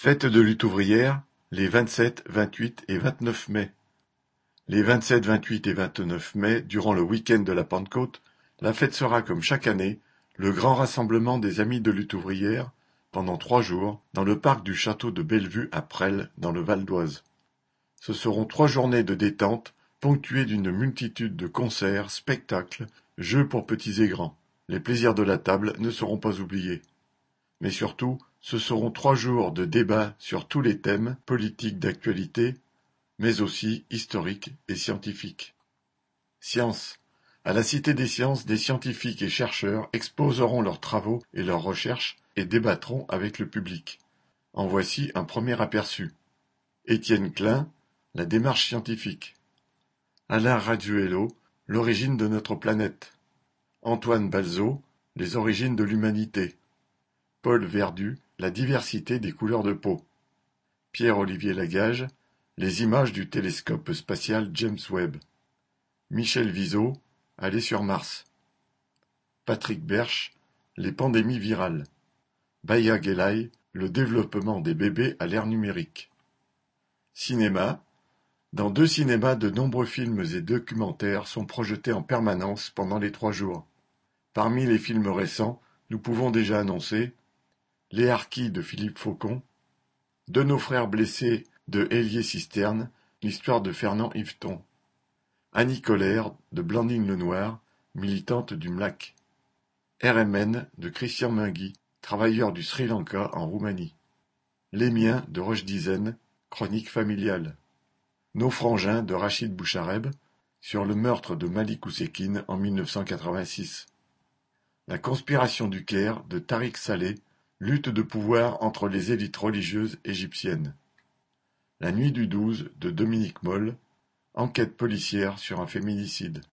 Fête de lutte ouvrière, les 27, 28 et 29 mai. Les 27, 28 et 29 mai, durant le week-end de la Pentecôte, la fête sera, comme chaque année, le grand rassemblement des amis de lutte ouvrière, pendant 3 jours, dans le parc du château de Bellevue à Presles, dans le Val d'Oise. Ce seront 3 journées de détente, ponctuées d'une multitude de concerts, spectacles, jeux pour petits et grands. Les plaisirs de la table ne seront pas oubliés. Mais surtout, ce seront 3 jours de débats sur tous les thèmes politiques d'actualité, mais aussi historiques et scientifiques. Science. À la Cité des Sciences, des scientifiques et chercheurs exposeront leurs travaux et leurs recherches et débattront avec le public. En voici un premier aperçu. Étienne Klein, la démarche scientifique. Alain Raduello, l'origine de notre planète. Antoine Balzo, les origines de l'humanité. Paul Verdu, la diversité des couleurs de peau. Pierre-Olivier Lagage, les images du télescope spatial James Webb. Michel Viseau, aller sur Mars. Patrick Berche, les pandémies virales. Baya Gelay, le développement des bébés à l'ère numérique. Cinéma. Dans 2 cinémas, de nombreux films et documentaires sont projetés en permanence pendant les 3 jours. Parmi les films récents, nous pouvons déjà annoncer Les Harkis de Philippe Faucon, De nos frères blessés de Hélier Cisterne, l'histoire de Fernand Yveton. Annie Colère de Blandine Lenoir, militante du MLAC. RMN de Christian Mingui, travailleur du Sri Lanka en Roumanie. Les miens de Roche Dizaine, chronique familiale. Nos frangins de Rachid Bouchareb, sur le meurtre de Malik Oussekine en 1986. La conspiration du Caire de Tariq Saleh, lutte de pouvoir entre les élites religieuses égyptiennes. La nuit du 12 de Dominique Moll, enquête policière sur un féminicide.